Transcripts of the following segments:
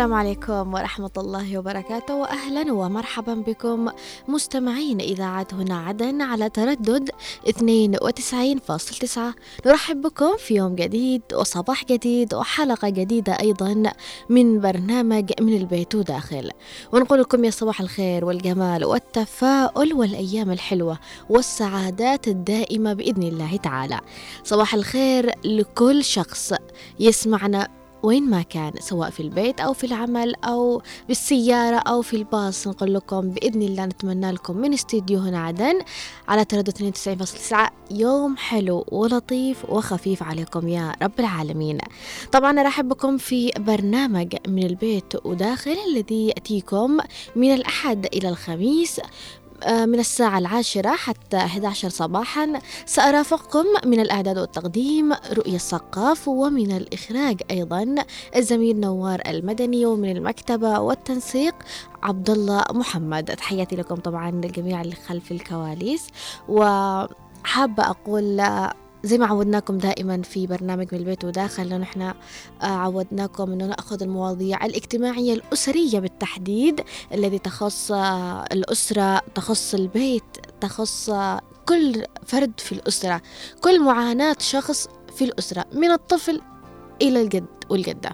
السلام عليكم ورحمة الله وبركاته، وأهلا ومرحبا بكم مستمعين إذاعة هنا عدن على تردد 92.9. نرحب بكم في يوم جديد وصباح جديد وحلقة جديدة أيضا من برنامج من البيت وداخل، ونقول لكم يا صباح الخير والجمال والتفاؤل والأيام الحلوة والسعادات الدائمة بإذن الله تعالى. صباح الخير لكل شخص يسمعنا وين ما كان، سواء في البيت أو في العمل أو بالسيارة أو في الباص. نقول لكم بإذن الله نتمنى لكم من استديو هنا عدن على تردد 92.9 يوم حلو ولطيف وخفيف عليكم يا رب العالمين. طبعا أرحب بكم في برنامج من البيت وداخل الذي يأتيكم من الأحد إلى الخميس من الساعة 10 حتى 11 صباحا. سأرافقكم من الإعداد والتقديم رؤية السقاف، ومن الإخراج أيضا الزميل نوار المدني، ومن المكتبة والتنسيق عبد الله محمد. تحياتي لكم طبعا للجميع اللي خلف الكواليس، وحابة أقول زي ما عودناكم دائما في برنامج من البيت وداخل، لأنه احنا عودناكم أنه نأخذ المواضيع الاجتماعية الأسرية بالتحديد الذي تخص الأسرة، تخص البيت، تخص كل فرد في الأسرة، كل معاناة شخص في الأسرة من الطفل إلى الجد والجدة.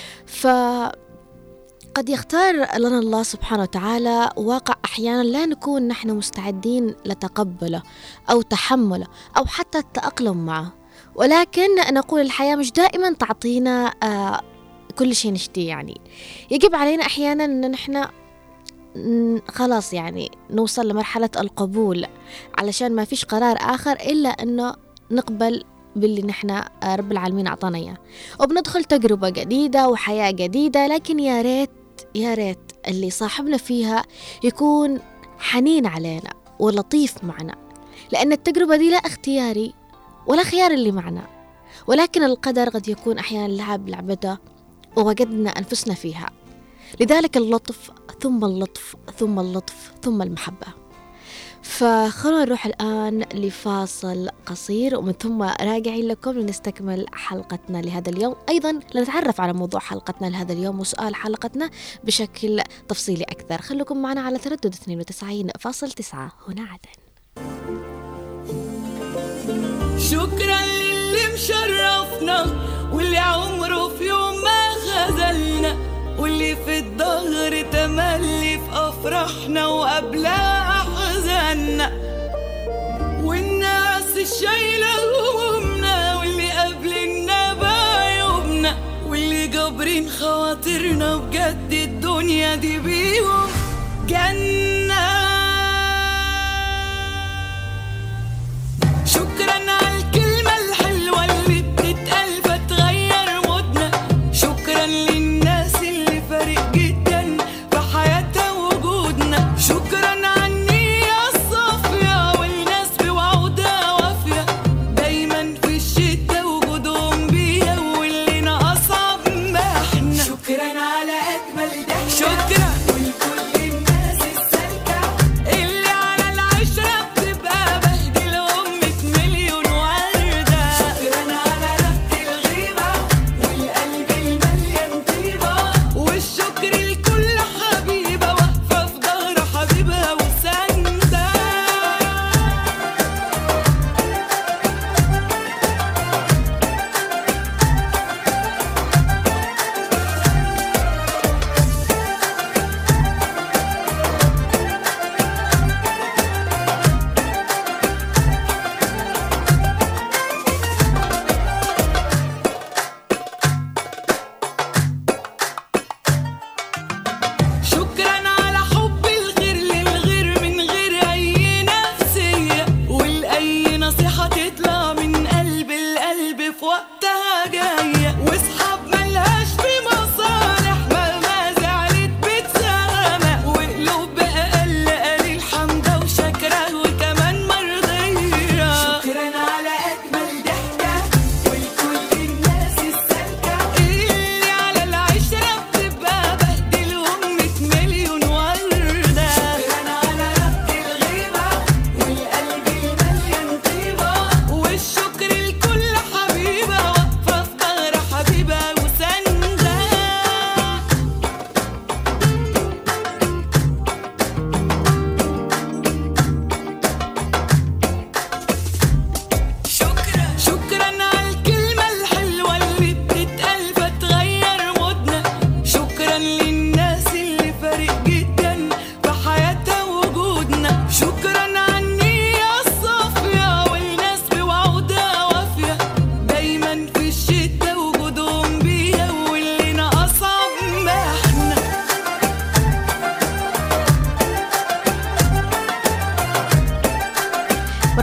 قد يختار لنا الله سبحانه وتعالى واقع أحيانا لا نكون نحن مستعدين لتقبله أو تحمله أو حتى التأقلم معه، ولكن نقول الحياة مش دائما تعطينا كل شيء نشتيه. يعني يجب علينا أحيانا أن نحن خلاص يعني نوصل لمرحلة القبول، علشان ما فيش قرار آخر إلا أنه نقبل باللي نحن رب العالمين أعطانا إياه، وبندخل تجربة جديدة وحياة جديدة. لكن يا ريت اللي صاحبنا فيها يكون حنين علينا ولطيف معنا، لأن التجربة دي لا اختياري ولا خيار اللي معنا، ولكن القدر قد يكون أحيانا لعب لعبته ووجدنا أنفسنا فيها. لذلك اللطف ثم اللطف ثم اللطف ثم المحبة. فخلونا نروح الآن لفاصل قصير، ومن ثم راجعين لكم لنستكمل حلقتنا لهذا اليوم، أيضا لنتعرف على موضوع حلقتنا لهذا اليوم وسؤال حلقتنا بشكل تفصيلي أكثر. خلوكم معنا على تردد 92.9 هنا عدن. شكرا للي مشرفنا واللي عمره في يوم ما خذلنا، واللي في الظهر تملي في أفراحنا وقبلها أحزاننا، والناس الشايلة همومنا واللي قابلنا بعيوبنا، واللي جابرين خواطرنا بجد الدنيا دي بيهم جنة. شكرا على الكلمة الحلوة اللي بتتقال فتغير مودنا، شكرا للناس اللي فارق جدا في حياتها وجودنا، شكرا على النية الصافية والناس بوعودها وافية، دايما في الشدة وجودهم بيها واللي ناقصها بمحنا، شكرا على أجمل ضحكة، شكرا ولكل الناس السالكة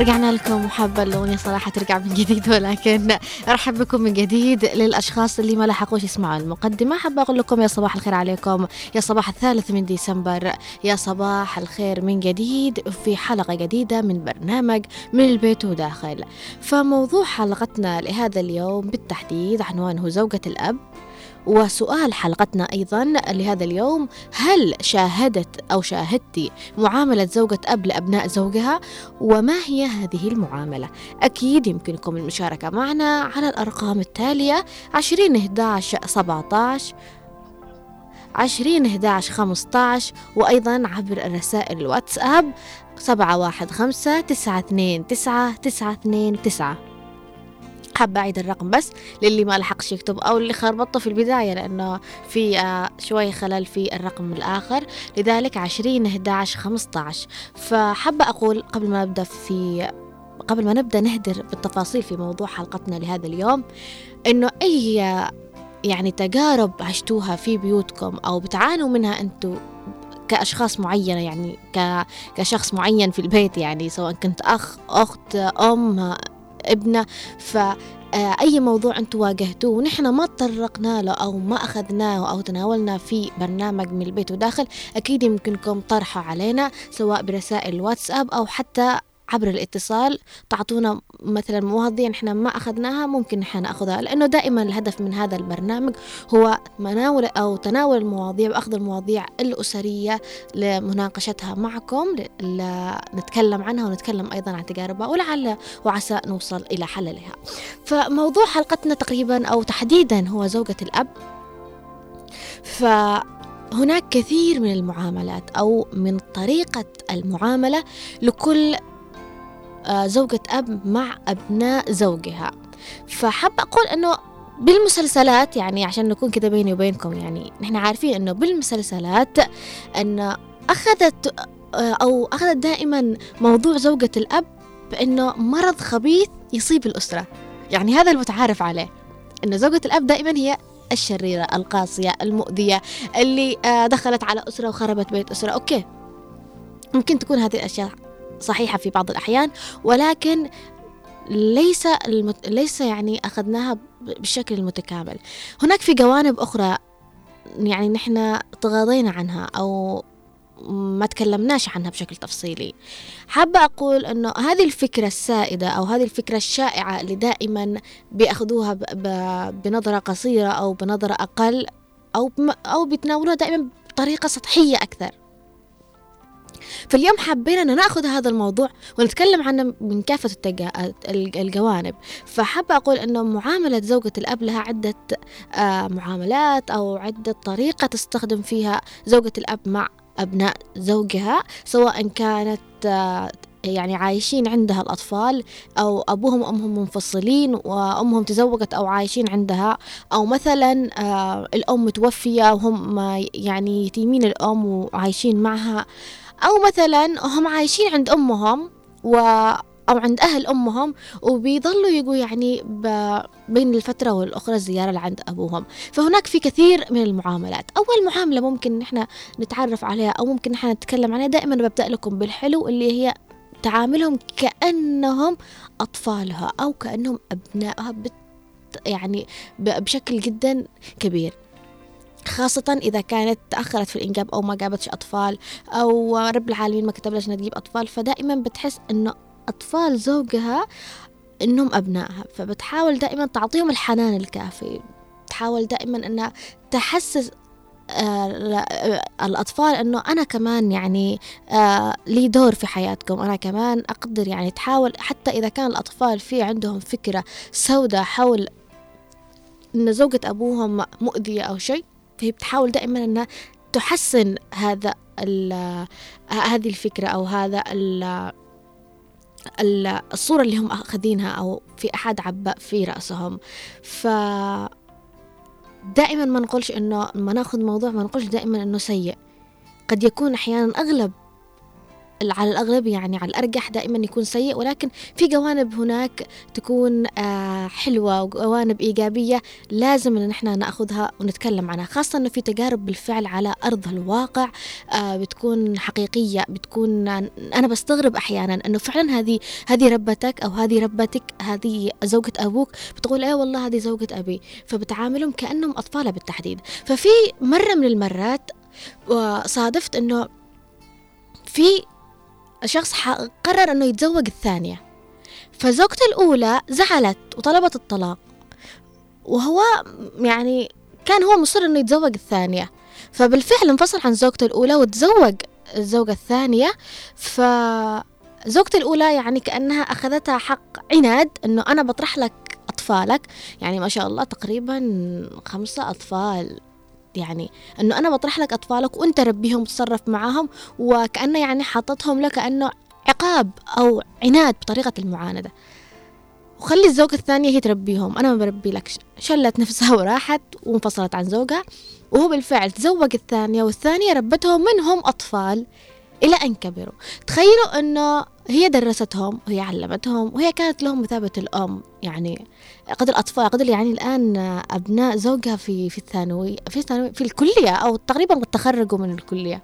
رجعنا لكم وحابة الأغنية صراحة ترجع من جديد، ولكن أرحب بكم من جديد. للأشخاص اللي ما لحقوش يسمعوا المقدمة حابة أقول لكم يا صباح الخير عليكم، يا صباح 3 ديسمبر، يا صباح الخير من جديد في حلقة جديدة من برنامج من البيت وداخل. فموضوع حلقتنا لهذا اليوم بالتحديد عنوانه زوجة الأب، وسؤال حلقتنا أيضا لهذا اليوم: هل شاهدت أو شاهدتي معاملة زوجة أب لأبناء زوجها؟ وما هي هذه المعاملة؟ أكيد يمكنكم المشاركة معنا على الأرقام التالية: 2011-17، 2011-15، وأيضا عبر الرسائل الواتساب 715-929-929. حابة أعيد الرقم بس للي ما لحقش يكتب أو اللي خربطه في البداية، لأنه في شوي خلل في الرقم الآخر، لذلك 2011-15. فحابة أقول قبل ما نبدأ نهدر بالتفاصيل في موضوع حلقتنا لهذا اليوم، إنه أي يعني تجارب عشتوها في بيوتكم أو بتعانوا منها أنتوا كأشخاص معينة، يعني كشخص معين في البيت، يعني سواء كنت أخ، أخت، أم، ابنة، فأي موضوع أنتوا واجهتوه ونحن ما تطرقنا له أو ما أخذناه أو تناولنا في برنامج من البيت وداخل، أكيد يمكنكم طرحه علينا سواء برسائل الواتساب أو حتى عبر الاتصال، تعطونا مثلا مواضيع نحن ما أخذناها ممكن نحن نأخذها، لأنه دائما الهدف من هذا البرنامج هو تناول المواضيع وأخذ المواضيع الأسرية لمناقشتها معكم، نتكلم عنها ونتكلم أيضا عن تجاربها، ولعل وعسى نوصل إلى حللها. فموضوع حلقتنا تقريبا أو تحديدا هو زوجة الأب. فهناك كثير من المعاملات أو من طريقة المعاملة لكل زوجة أب مع أبناء زوجها. فحب أقول أنه بالمسلسلات، يعني عشان نكون كده بيني وبينكم، يعني نحن عارفين أنه بالمسلسلات أن أخذت دائما موضوع زوجة الأب بأنه مرض خبيث يصيب الأسرة، يعني هذا المتعارف عليه، أن زوجة الأب دائما هي الشريرة القاسية المؤذية اللي دخلت على أسرة وخربت بيت أسرة. أوكي، ممكن تكون هذه الأشياء صحيحة في بعض الأحيان، ولكن ليس يعني أخذناها بالشكل المتكامل. هناك في جوانب أخرى يعني نحن تغاضينا عنها أو ما تكلمناش عنها بشكل تفصيلي. حابة أقول أنه هذه الفكرة السائدة أو هذه الفكرة الشائعة اللي دائما بيأخذوها بنظرة قصيرة أو بنظرة أقل أو بيتناولوها دائما بطريقة سطحية أكثر. فاليوم حابين أن نأخذ هذا الموضوع ونتكلم عنه من كافة الجوانب. فحابة أقول أنه معاملة زوجة الأب لها عدة معاملات أو عدة طريقة تستخدم فيها زوجة الأب مع أبناء زوجها، سواء كانت يعني عايشين عندها الأطفال أو أبوهم وأمهم منفصلين وأمهم تزوجت أو عايشين عندها، أو مثلا الأم متوفية وهم يعني يتيمين الأم وعايشين معها، أو مثلا هم عايشين عند أمهم أو عند أهل أمهم وبيضلوا يجوا يعني بين الفترة والأخرى الزيارة لعند أبوهم. فهناك في كثير من المعاملات. أول معاملة ممكن نحن نتعرف عليها أو ممكن نحن نتكلم عليها، دائما ببدأ لكم بالحلو، اللي هي تعاملهم كأنهم أطفالها أو كأنهم أبنائها يعني بشكل جدا كبير، خاصة إذا كانت تأخرت في الإنجاب أو ما جابتش أطفال أو رب العالمين ما كتبلش تجيب أطفال، فدائما بتحس إنه أطفال زوجها إنهم أبنائها، فبتحاول دائما تعطيهم الحنان الكافي، تحاول دائما أنها تحسس الأطفال أنه أنا كمان يعني لي دور في حياتكم، أنا كمان أقدر، يعني تحاول حتى إذا كان الأطفال في عندهم فكرة سوداء حول أن زوجة أبوهم مؤذية أو شيء، فهي بتحاول دائما أنها تحسن هذه الفكرة أو هذا الصورة اللي هم أخذينها أو في أحد عباء في رأسهم. فدائما ما نقولش إنه ما ناخذ موضوع، ما نقولش دائما إنه سيء، قد يكون أحيانا أغلب على الأغلب يعني على الأرجح دائما يكون سيء، ولكن في جوانب هناك تكون حلوة وجوانب إيجابية لازم إن احنا نأخذها ونتكلم عنها، خاصة إنه في تجارب بالفعل على أرض الواقع بتكون حقيقية، بتكون أنا بستغرب أحيانا إنه فعلا هذه ربتك أو هذه ربتك، هذه زوجة أبوك، بتقول إيه والله هذه زوجة أبي، فبتعاملهم كأنهم أطفال بالتحديد. ففي مرة من المرات وصادفت إنه في شخص قرر أنه يتزوج الثانية، فزوجته الأولى زعلت وطلبت الطلاق، وهو يعني كان هو مصر أنه يتزوج الثانية، فبالفعل انفصل عن زوجته الأولى وتزوج الزوجة الثانية. فزوجته الأولى يعني كأنها أخذتها حق عناد أنه أنا بطرح لك أطفالك، يعني ما شاء الله تقريبا 5 أطفال، يعني أنه أنا بطرح لك أطفالك وأنت ربيهم وتصرف معهم، وكأنه يعني حاطتهم لك كأنه عقاب أو عناد بطريقة المعاندة، وخلي الزوجة الثانية هي تربيهم، أنا ما بربي لك. شلت نفسها وراحت وانفصلت عن زوجها، وهو بالفعل تزوج الثانية، والثانية ربتهم منهم أطفال إلى أن كبروا. تخيلوا أنه هي درستهم وهي علمتهم وهي كانت لهم مثابة الأم، يعني قد الأطفال قد يعني الآن أبناء زوجها في الثانوي في الكلية أو تقريبا قد تخرجوا من الكلية،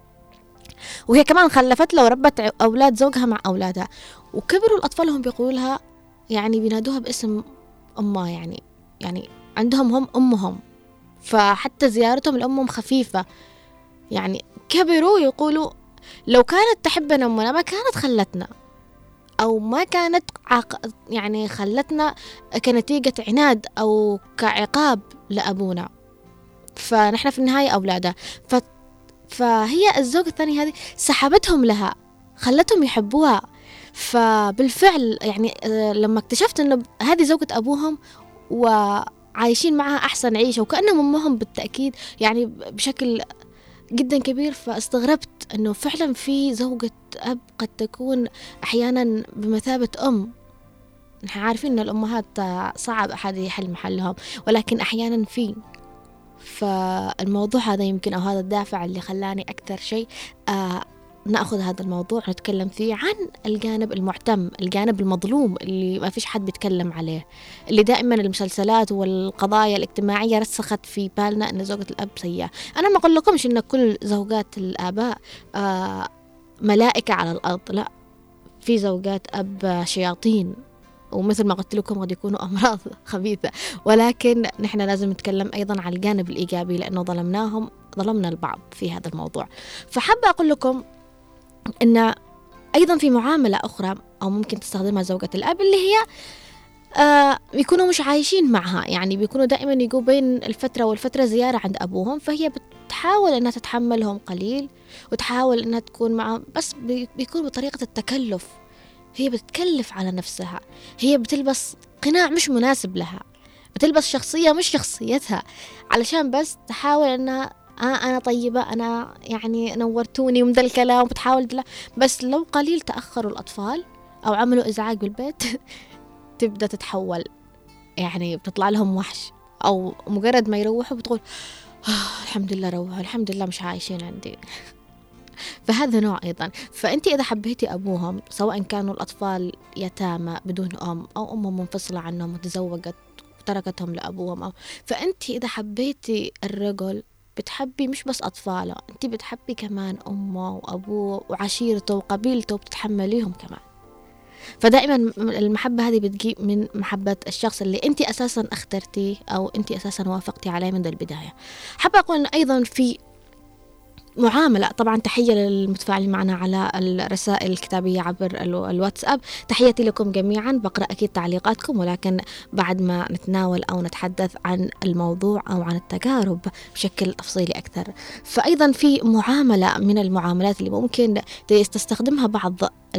وهي كمان خلفت له وربت أولاد زوجها مع أولادها، وكبروا الأطفال هم بيقولوا لها يعني بينادوها باسم أمها، يعني عندهم هم أمهم، فحتى زيارتهم لأمهم خفيفة. يعني كبروا يقولوا لو كانت تحبنا أمنا ما كانت خلتنا، أو ما كانت يعني خلتنا كنتيجة عناد أو كعقاب لأبونا، فنحن في النهاية أولادها. فهي الزوجة الثانية هذه سحبتهم لها، خلتهم يحبوها. فبالفعل يعني لما اكتشفت أنه هذه زوجة أبوهم وعايشين معها أحسن عيشة وكأنهم أمهم بالتأكيد يعني بشكل جدا كبير، فاستغربت أنه فعلا في زوجة أب قد تكون أحيانا بمثابة أم. نحن عارفين أن الأمهات صعب أحد يحل محلهم، ولكن أحيانا فالموضوع هذا يمكن أو هذا الدافع اللي خلاني أكثر شيء نأخذ هذا الموضوع نتكلم فيه عن الجانب المعتم، الجانب المظلوم اللي ما فيش حد بيتكلم عليه، اللي دائما المسلسلات والقضايا الاجتماعية رسخت في بالنا أن زوجة الأب سيئة. أنا ما أقول لكمش أن كل زوجات الآباء ملائكة على الأرض، لا، في زوجات أب شياطين، ومثل ما قلت لكم قد يكونوا أمراض خبيثة، ولكن نحن لازم نتكلم أيضا على الجانب الإيجابي لأنه ظلمنا البعض في هذا الموضوع. فحابة أقول لكم أن أيضا في معاملة أخرى أو ممكن تستخدمها زوجة الأب، اللي هي بيكونوا مش عايشين معها، يعني بيكونوا دائما يجوا بين الفترة والفترة زيارة عند أبوهم، فهي بتحاول أنها تتحملهم قليل وتحاول أنها تكون معهم، بس بيكون بطريقة التكلف. هي بتتكلف على نفسها، هي بتلبس قناع مش مناسب لها، بتلبس شخصية مش شخصيتها علشان بس تحاول أنها أنا طيبة، أنا يعني نورتوني ومن ذا الكلام، بتحاول بس لو قليل تأخروا الأطفال أو عملوا إزعاج بالبيت تبدأ تتحول، يعني بتطلع لهم وحش، أو مجرد ما يروحوا بتقول الحمد لله روحوا، الحمد لله مش عايشين عندي. فهذا نوع أيضا. فأنت إذا حبيتي أبوهم، سواء كانوا الأطفال يتامى بدون أم أو أمهم منفصلة عنهم وتزوجت وتركتهم لأبوهم، فأنت إذا حبيتي الرجل بتحبي مش بس أطفاله، أنت بتحبي كمان أمه وأبوه وعشيرته وقبيلته، وبتتحمليهم كمان. فدائما المحبة هذه بتجي من محبة الشخص اللي أنت أساسا اخترتيه أو أنت أساسا وافقتي عليه من البداية. حابة أقول أيضا في معاملة، طبعا تحية للمتفاعلين معنا على الرسائل الكتابية عبر الواتساب، تحياتي لكم جميعا، بقرأ أكيد تعليقاتكم، ولكن بعد ما نتناول أو نتحدث عن الموضوع أو عن التجارب بشكل تفصيلي أكثر. فأيضا في معاملة من المعاملات اللي ممكن تستخدمها بعض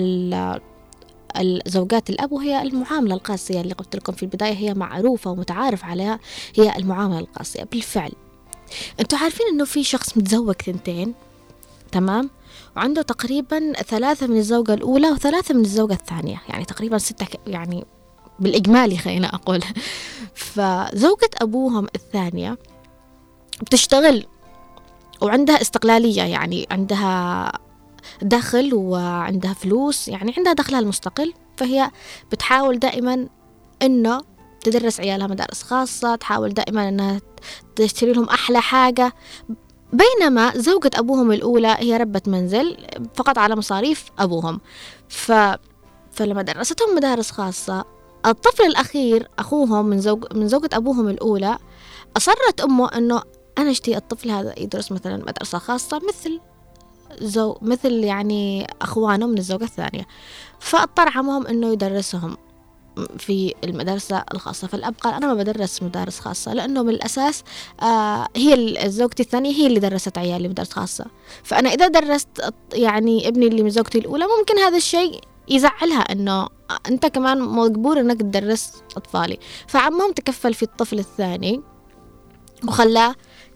الزوجات الأب، وهي المعاملة القاسية اللي قلت لكم في البداية، هي معروفة ومتعارف عليها، هي المعاملة القاسية. بالفعل انتوا عارفين انه في شخص متزوج 2، تمام، وعنده تقريبا 3 من الزوجة الأولى و3 من الزوجة الثانية، يعني تقريبا 6 يعني بالإجمالي خلينا أقول. فزوجة أبوهم الثانية بتشتغل وعندها استقلالية، يعني عندها دخل وعندها فلوس، يعني عندها دخلها المستقل، فهي بتحاول دائما إنه تدرس عيالها مدارس خاصة، تحاول دائما إنها تشتري لهم أحلى حاجة. بينما زوجة أبوهم الأولى هي ربة منزل فقط على مصاريف أبوهم. فلما درستهم مدارس خاصة، الطفل الأخير أخوهم من زوجة أبوهم الأولى، أصرت أمه أنه أنا أشتي الطفل هذا يدرس مثلا مدرسة خاصة مثل يعني أخوانه من الزوجة الثانية، فاضطر عمهم أنه يدرسهم في المدرسة الخاصة. فالأب قال أنا ما بدرس مدارس خاصة، لأنه من الأساس هي زوجتي الثانية هي اللي درست عيالي مدارس خاصة، فأنا إذا درست يعني ابني اللي من زوجتي الأولى ممكن هذا الشيء يزعلها، أنه أنت كمان مجبور أنك تدرس أطفالي. فعمهم تكفل في الطفل الثاني وخلاه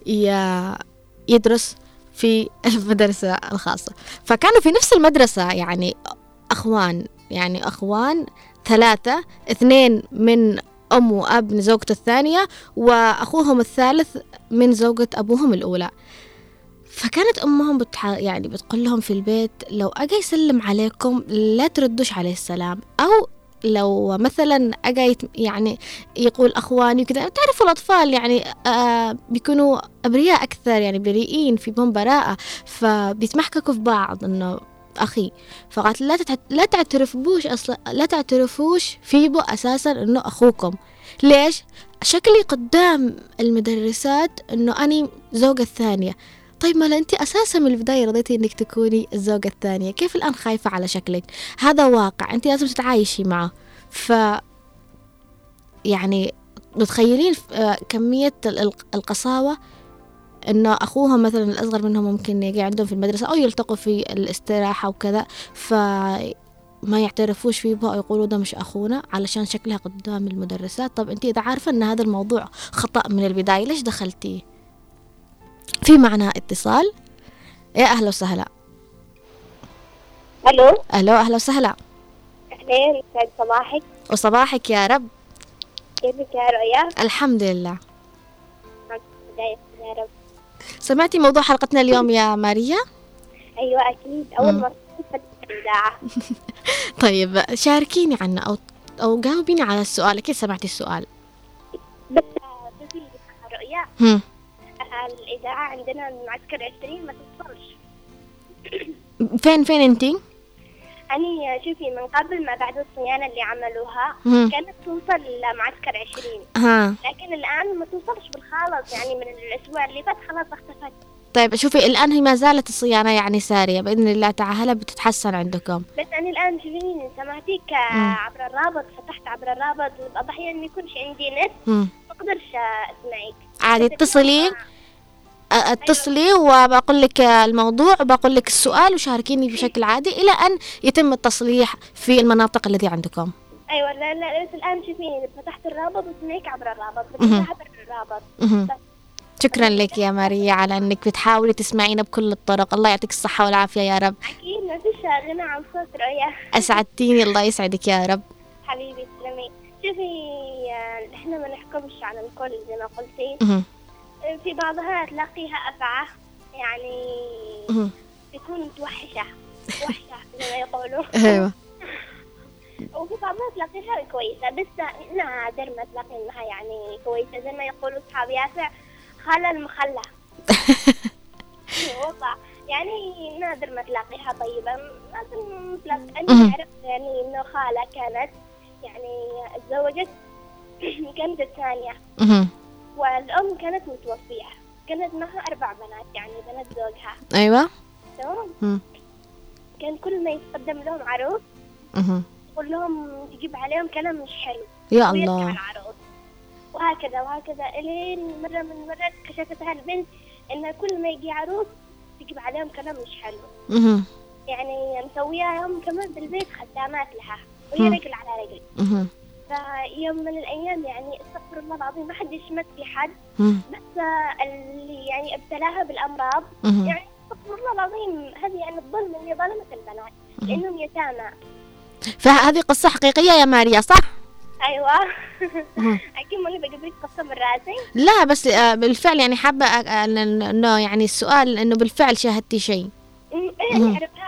يدرس في المدرسة الخاصة. فكانوا في نفس المدرسة، يعني أخوان 3، 2 من أم وأب من زوجته الثانية، وأخوهم الثالث من زوجة أبوهم الأولى. فكانت أمهم يعني بتقول لهم في البيت لو أجي يسلم عليكم لا تردوش عليه السلام، أو لو مثلا أجي يعني يقول أخواني كذا، تعرفوا الأطفال يعني بيكونوا أبرياء أكثر، يعني بريئين في بهم براءة، فبيتمحككوا في بعض إنه أخي. فقالت لا تعترفوش فيه أساسا إنه أخوكم. ليش؟ شكلي قدام المدرسات إنه أنا زوجة الثانية. طيب ما أنت أساسا من البداية رضيتي إنك تكوني الزوجة الثانية، كيف الآن خايفة على شكلك؟ هذا واقع أنت لازم تتعايشي معه. يعني متخيلين كمية القساوة، إنه أخوهم مثلا الأصغر منهم ممكن يجي عندهم في المدرسة أو يلتقوا في الاستراحة وكذا، فما يعترفوش فيه أو يقولوا ده مش أخونا علشان شكلها قدام المدرسات. طب أنت إذا عارفة أن هذا الموضوع خطأ من البداية ليش دخلتيه؟ في معنا اتصال. يا أهلا وسهلا. ألو أهلا وسهلا. أهلين، يسعد صباحك. وصباحك يا رب. كيفك يا رؤيا؟ الحمد لله. يا رب. سمعتي موضوع حلقتنا اليوم يا ماريا؟ أيوة أكيد، أول مرة في الإذاعة. طيب شاركيني عنه أو جاوبيني على السؤال. أكيد سمعتي السؤال. بس تقولي رؤيا، الإذاعة عندنا معسكر 20 ما توصلش. فين أنتي؟ أنا شوفي من قبل ما بعد الصيانة اللي عملوها كانت توصل لمعسكر 20، لكن الآن ما توصلش بالخالص، يعني من الأسبوع اللي فات خلاص اختفت. طيب شوفي الآن هي ما زالت الصيانة يعني سارية بإذن الله تعالى، بتتحسن عندكم. بس أنا الآن شوفيني سمعتيك عبر الرابط، فتحت عبر الرابط، أحيانا ما يكونش عندي نت ما أقدرش أسمعك. عادي اتصلي وبقول لك الموضوع وبقول لك السؤال وشاركيني بشكل عادي إلى أن يتم التصليح في المناطق التي عندكم. أيوة لا بس الآن شوفيني فتحت الرابط وسمعك عبر الرابط، عبر الرابط. شكرا لك يا ماريا على أنك بتحاولي تسمعينا بكل الطرق. الله يعطيك الصحة والعافية يا رب. أكيد ما فيش غنى عن صوت رؤيا. أسعدتيني، الله يسعدك يا رب. حبيبي تسلمي. شوفي إحنا ما نحكمش على الكل زي ما قلتي. في بعضها تلاقيها أفعى، يعني تكون متوحشة زي ما يقولوا. أيوة. وفي بعضها تلاقيها كويسة، بس نادر ما تلاقي إنها يعني كويسة زي ما يقولوا أصحاب ياسع خالة المخلة. والله يعني نادر ما تلاقيها طيبة، نادر تلاقي. أنا أعرف يعني إنه خالة كانت يعني اتزوجت كانت الثانية، والأم كانت متوفية، كانت معها 4 بنات يعني بنات زوجها. أيوة. تمام. كان كل ما يتقدم لهم عروس تقول لهم تجيب عليهم كلام مش حلو يا الله، العروس وهكذا إلين مرة من المرات كشفتها البنت إن كل ما يجي عروس تجيب عليهم كلام مش حلو. يعني مسوياهم كمان بالبيت خدامات لها وهي رجل على رجل. فيوم من الأيام يعني استغفر الله العظيم ما حد يشمت في حد، بس اللي يعني ابتلاها بالأمراض يعني استغفر الله العظيم، هذه يعني الظلم اللي ظلمت البنات لأنهم يتامى. فهذه قصة حقيقية يا ماريا صح؟ أيوة. أكيد ماني بجيب لك قصة من راسي. لا بس بالفعل يعني حابة إنه يعني السؤال إنه بالفعل شاهدتي شيء. أنا أعرفها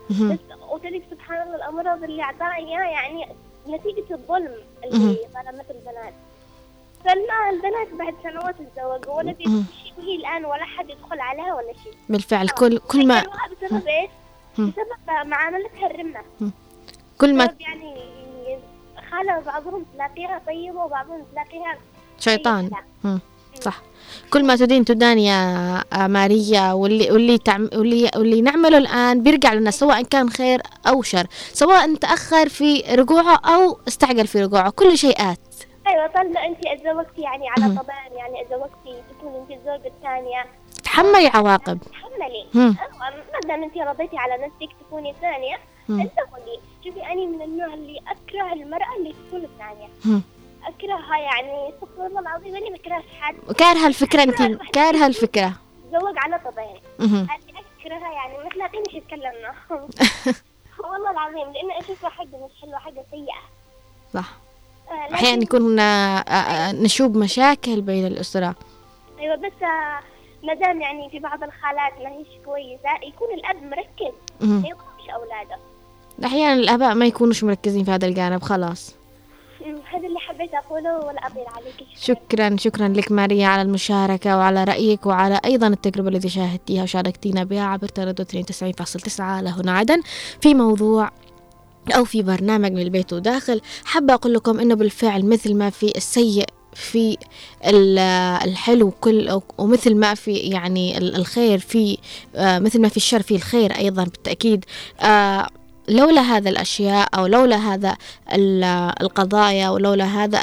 بس وتلك سبحان الله الأمراض اللي أعطاها إياها يعني نتيجة الظلم اللي ظلمت البنات. فالآن البنات بعد سنوات تتزوجوا ولا في شيء، وهي الآن ولا حد يدخل عليها ولا شيء. بالفعل كل ما بسبب إيش؟ بسبب معاملتها الرمة. كل ما يعني خالة بعضهم تلاقيها طيبة وبعضهم تلاقيها شيطان. صح. كل ما تدان يا ماريا، واللي نعمله الآن بيرجع لنا، سواء كان خير أو شر، سواء تأخر في رجوعه أو استعجل في رجوعه، كل شيئات. أيوة. طلع أنت اتزوجتي يعني على طبعا، يعني اتزوجتي تكون أنت الزوجة الثانية، تحملي عواقب. تحملي. ما دام أنت رضيتي على نفسك تكوني ثانية تزوجي. شوفي أنا من النوع اللي أكره المرأة اللي تكون الثانية. أكرهها، يعني استغفر الله العظيم أني ما أكرهش حد. كارهة الفكرة أنت، كارهة الفكرة. تزوج على طبيعي. أنا أكرهها، يعني ما تلاقينيش أتكلم معهم. والله العظيم، لأن أشوفها حاجة مش حلوة، حاجة سيئة. صح. أحيانا يكون نشوب مشاكل بين الأسرة. أيوة. بس مدام يعني في بعض الخالات ما هيش كويسة، يكون الأب مركز ما يضربش أولاده. أحيانا الآباء ما يكونوش مركزين في هذا الجانب. خلاص. هذا اللي حبيت أقوله ولا أطيل عليك. شكرا لك ماريا على المشاركة وعلى رأيك وعلى أيضا التجربة التي شاهدتيها وشاركتينا بها عبر تردد 92.9 لهنا عدن في موضوع أو في برنامج من البيت وداخل. حابة أقول لكم إنه بالفعل مثل ما في السيء في الحلو ومثل ما في يعني الخير في مثل ما في الشر في الخير أيضا بالتأكيد. لولا هذا الأشياء أو لولا هذا القضايا ولولا هذا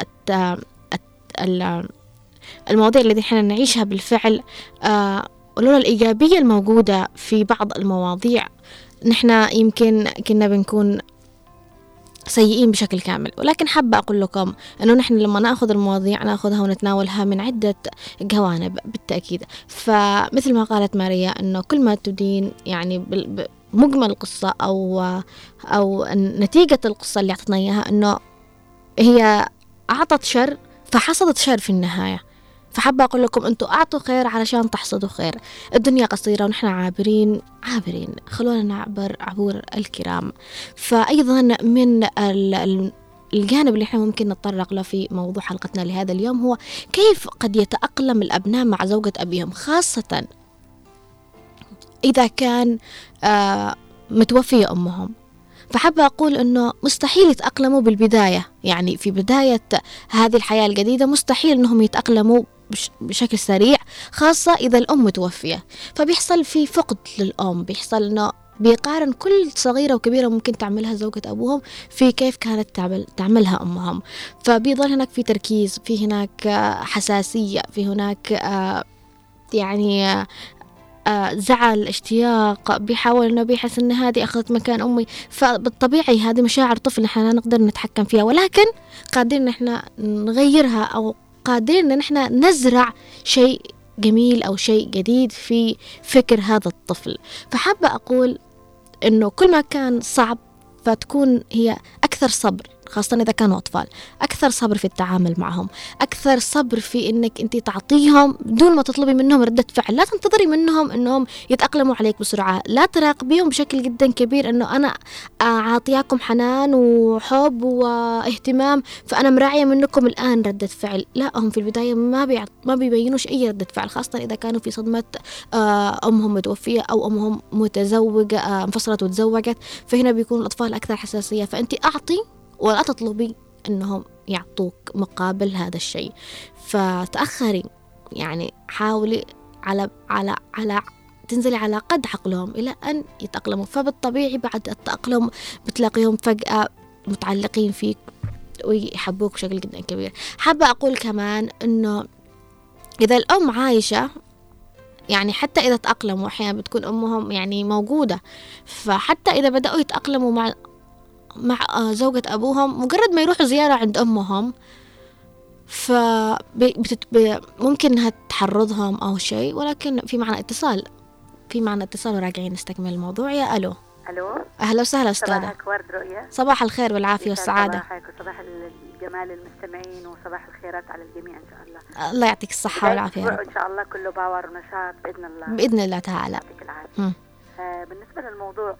المواضيع التي احنا نعيشها بالفعل، ولولا الإيجابية الموجودة في بعض المواضيع، نحن يمكن كنا بنكون سيئين بشكل كامل. ولكن حابة أقول لكم أنه نحن لما نأخذ المواضيع نأخذها ونتناولها من عدة جوانب بالتأكيد. فمثل ما قالت ماريا أنه كل ما تدين يعني مجمل القصة أو نتيجة القصة اللي أعطتنا إياها أنه هي أعطت شر فحصدت شر في النهاية. فحابة أقول لكم أنتوا أعطوا خير علشان تحصدوا خير. الدنيا قصيرة ونحن عابرين، خلونا نعبر عبور الكرام. فأيضا من الجانب اللي احنا ممكن نتطرق له في موضوع حلقتنا لهذا اليوم هو كيف قد يتأقلم الأبناء مع زوجة أبيهم، خاصة إذا كان متوفية أمهم. فحابة أقول أنه مستحيل يتأقلموا بالبداية، يعني في بداية هذه الحياة الجديدة مستحيل أنهم يتأقلموا بشكل سريع، خاصة إذا الأم متوفية. فبيحصل في فقد للأم، بيحصل أنه بيقارن كل صغيرة وكبيرة ممكن تعملها زوجة أبوهم في كيف كانت تعملها أمهم. فبيظل هناك في تركيز، في هناك حساسية، في هناك يعني زعل، اشتياق، بيحاول انه بيحس ان هذه اخذت مكان امي. فبالطبيعي هذه مشاعر طفل نحن لا نقدر نتحكم فيها، ولكن قادرين نحن نغيرها او قادرين ان نحن نزرع شيء جميل او شيء جديد في فكر هذا الطفل. فحابة اقول انه كل ما كان صعب فتكون هي اكثر صبر، خاصة إذا كانوا أطفال، أكثر صبر في التعامل معهم، أكثر صبر في إنك أنت تعطيهم بدون ما تطلبي منهم ردة فعل. لا تنتظري منهم إنهم يتأقلموا عليك بسرعة، لا تراقبيهم بشكل جدا كبير إنه أنا أعطيكم حنان وحب واهتمام فأنا مراعية منكم الآن ردة فعل. لا، هم في البداية ما بيبينوش أي ردة فعل، خاصة إذا كانوا في صدمة أمهم متوفية أو أمهم متزوجة انفصلت وتزوجت، فهنا بيكون الأطفال أكثر حساسية. فأنت أعطي ولا تطلبي أنهم يعطوك مقابل هذا الشيء. فتأخري، يعني حاولي على تنزلي على قد عقلهم إلى أن يتأقلموا. فبالطبيعي بعد التأقلم بتلاقيهم فجأة متعلقين فيك ويحبوك بشكل جدا كبير. حابة أقول كمان أنه إذا الأم عايشة، يعني حتى إذا تأقلموا أحيانا بتكون أمهم يعني موجودة، فحتى إذا بدأوا يتأقلموا مع زوجة أبوهم، مجرد ما يروحوا زيارة عند أمهم ممكن أنها تحرضهم أو شيء. ولكن في معنا اتصال وراجعين نستكمل الموضوع. يا ألو. أهلا وسهلا أستاذة. صباحك ورد رؤية. صباح الخير والعافية والسعادة. صباحك وصباح الجمال للمستمعين وصباح الخيرات على الجميع إن شاء الله. الله يعطيك الصحة والعافية. إن شاء الله كله باور ونشاط بإذن الله. بإذن الله تعالى. بالنسبة للموضوع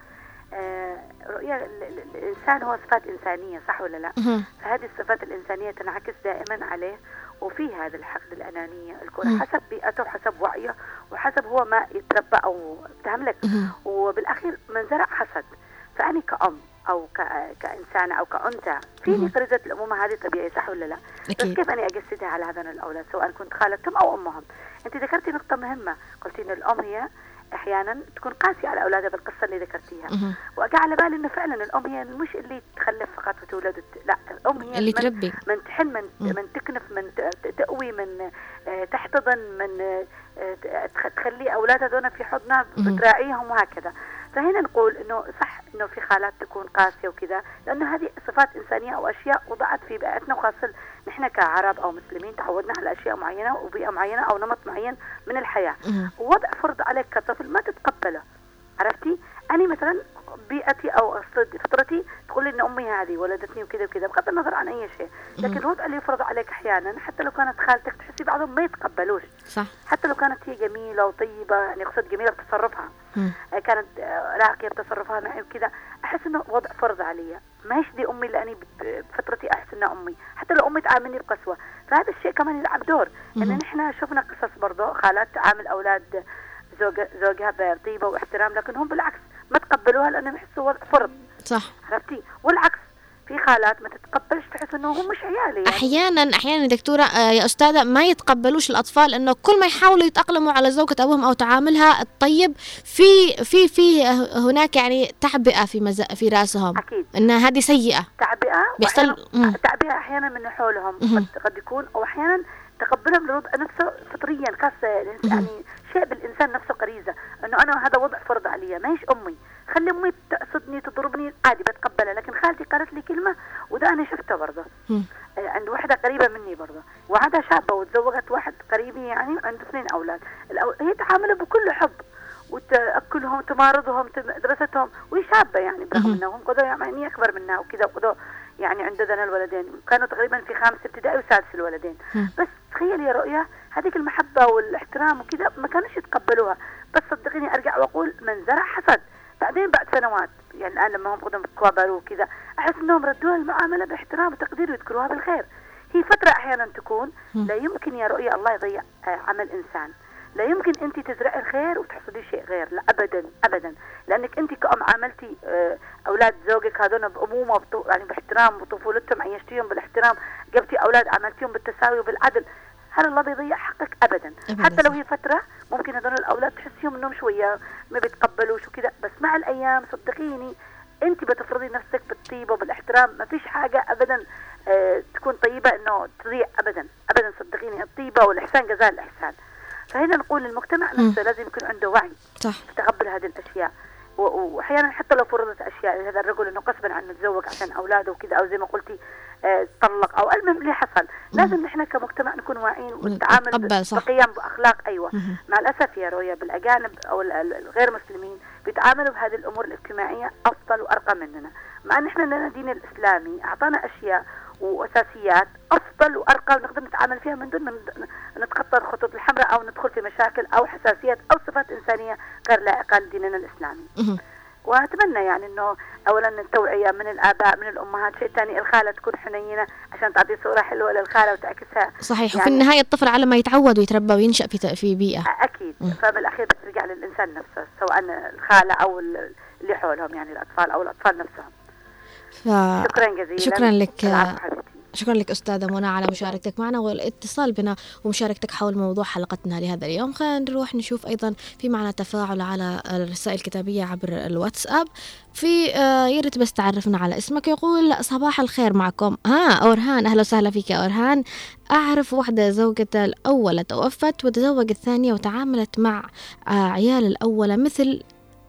رؤية الإنسان هو صفات إنسانية، صح ولا لا؟ فهذه الصفات الإنسانية تنعكس دائما عليه، وفي هذا الحقد الأنانية الكل حسب بيئته وحسب وعيه وحسب هو ما يتربى أو تهملك. وبالأخير من زرع حسد. فأني كأم أو كإنسانة أو كأنثى فيني غريزة الأمومة، هذه طبيعي، صح ولا لا؟ أكيد. بس كيف أنا أجسدها على هذول الأولاد سواء كنت خالتهم أو أمهم؟ أنت ذكرتي نقطة مهمة، قلتي إن الأم هي أحيانا تكون قاسية على أولادها بالقصة اللي ذكرتيها، وأجا على بالي إنه فعلا الأم هي مش اللي تخلف فقط وتولد، لا، الأم هي اللي تربي، من تحن، من تكنف، من تقوي، من تحتضن، من تخلي أولادها دون في حضنها، بتراعيهم وهكذا. فهنا نقول إنه صح إنه في خالات تكون قاسية وكذا، لأنه هذه صفات إنسانية أو أشياء وضعت في بيئتنا، وخاصة نحن كعرب أو مسلمين تعودنا على أشياء معينة وبيئة معينة أو نمط معين من الحياة. ووضع فرض عليك كطفل ما تتقبله، عرفتي؟ أنا مثلا بيئتي أو فطرتي تقول لي إن أمي هذه ولدتني وكذا وكذا بغض النظر عن أي شيء، لكن الوضع اللي يفرض عليك أحيانا حتى لو كانت خالتك تحسي بعضهم ما يتقبلوش، صح. حتى لو كانت هي جميلة وطيبة، يعني أقصد جميلة بتصرفها، كانت راقية بتصرفها معي وكذا، أحس إنه وضع فرض علي، ماهيش دي أمي اللي أنا بفطرتي أحس إنها أمي، حتى لو أمي تعاملني بقسوة. فهذا الشيء كمان يلعب دور، إن نحن شفنا قصص برضو خالات تعامل أولاد زوجها بطيبة واحترام، لكن هم بالعكس ما تقبلوها لأنهم يحسوا وضع فرض، صح، عرفتي؟ والعكس في خالات ما تتقبلش، تحس انه هم مش عيالي يعني. احيانا دكتوره يا استاذه ما يتقبلوش الاطفال انه كل ما يحاولوا يتاقلموا على زوجة ابوهم او تعاملها الطيب، في هناك يعني تعبئه في راسهم، اكيد ان هذه سيئه، تعبئه بيحصل تعبئه احيانا من حولهم، قد يكون، او احيانا تقبلهم للوضع نفسه فطريا، خاصه يعني شيء بالانسان نفسه غريزه، انه انا هذا وضع فرض علي، ما هيش امي، خلي امي تقصدني تضربني عادي بتقبلها، لكن خالتي قالت لي كلمه وده انا شفته برضه عند واحدة قريبه مني برضه، وعادها شابه وتزوجت واحد قريبي يعني عنده 2 أولاد، هي تعاملوا بكل حب وتاكلهم تمارضهم دراستهم، وهي شابه يعني برغم انهم قدوا يعني اكبر منها وكذا، وقدوا يعني عندنا الولدين كانوا تقريبا في 5 ابتدائي و6 الولدين. بس تخيل يا رؤيا هذيك المحبه والاحترام وكذا ما كانوش يتقبلوها، بس صدقيني ارجع واقول من زرع حصد. بعدين بعد سنوات يعني الان لما هم قدهم كبروا وكذا احس انهم ردوها المعامله باحترام وتقدير ويذكروها بالخير. هي فتره احيانا تكون لا يمكن يا رؤيا الله يضيع عمل انسان، لا يمكن انت تزرعي الخير وتحصدي شيء غير، لا ابدا ابدا، لانك انت كأم عملتي اولاد زوجك هذول بامومه يعني باحترام وطفولتهم عيشتيهم بالاحترام، جبتي اولاد عملتيهم بالتساوي وبالعدل، هل الله بيضيع حقك؟ ابدا. حتى لو هي فتره ممكن هذول الاولاد تحسيهم انهم شويه ما بيتقبلوش وكذا، بس مع الايام صدقيني انت بتفرضي نفسك بالطيبه وبالاحترام، ما فيش حاجه ابدا تكون طيبه انه تضيع ابدا ابدا، صدقيني الطيبه والاحسان جزاء الاحسان. فهنا نقول المجتمع نفسه لازم يكون عنده وعي في تقبل هذه الاشياء، واحيانا حتى لو فرضت اشياء هذا الرجل انه غصبا عنه يتزوج عشان اولاده وكذا، او زي ما قلتي طلق او المهم اللي حصل، لازم نحن كمجتمع نكون واعيين ونتعامل بقيم باخلاق. ايوه مع الاسف يا رؤيا بالاجانب او الغير مسلمين بيتعاملوا بهذه الامور الاجتماعيه افضل وارقى مننا، مع ان احنا لنا دين الاسلامي اعطانا اشياء واساسيات افضل وارقى ونقدر نتعامل فيها من دون ما نتخطى الخطوط الحمراء او ندخل في مشاكل او حساسيات او صفات انسانيه غير لائقه لديننا الاسلامي. واتمنى يعني انه اولا التوعيه من الاباء من الامهات، شيء ثاني الخاله تكون حنينه عشان تعطي صوره حلوه للخاله وتعكسها صحيح يعني، وفي النهايه الطفل على ما يتعود ويتربى وينشا في بيئه اكيد. فبالاخير بترجع للانسان نفسه سواء الخاله او اللي حولهم يعني الاطفال او الاطفال نفسهم. شكرا جزيلا. شكرا لك، شكرا لك أستاذة منى على مشاركتك معنا والاتصال بنا ومشاركتك حول موضوع حلقتنا لهذا اليوم. خلينا نروح نشوف أيضا في معنا تفاعل على الرسائل الكتابية عبر الواتساب. في ياريت بس تعرفنا على اسمك. يقول صباح الخير معكم أورهان، أهلا وسهلا فيك يا أورهان. أعرف واحدة زوجة الأولى توفت وتزوج الثانية وتعاملت مع عيال الأولى مثل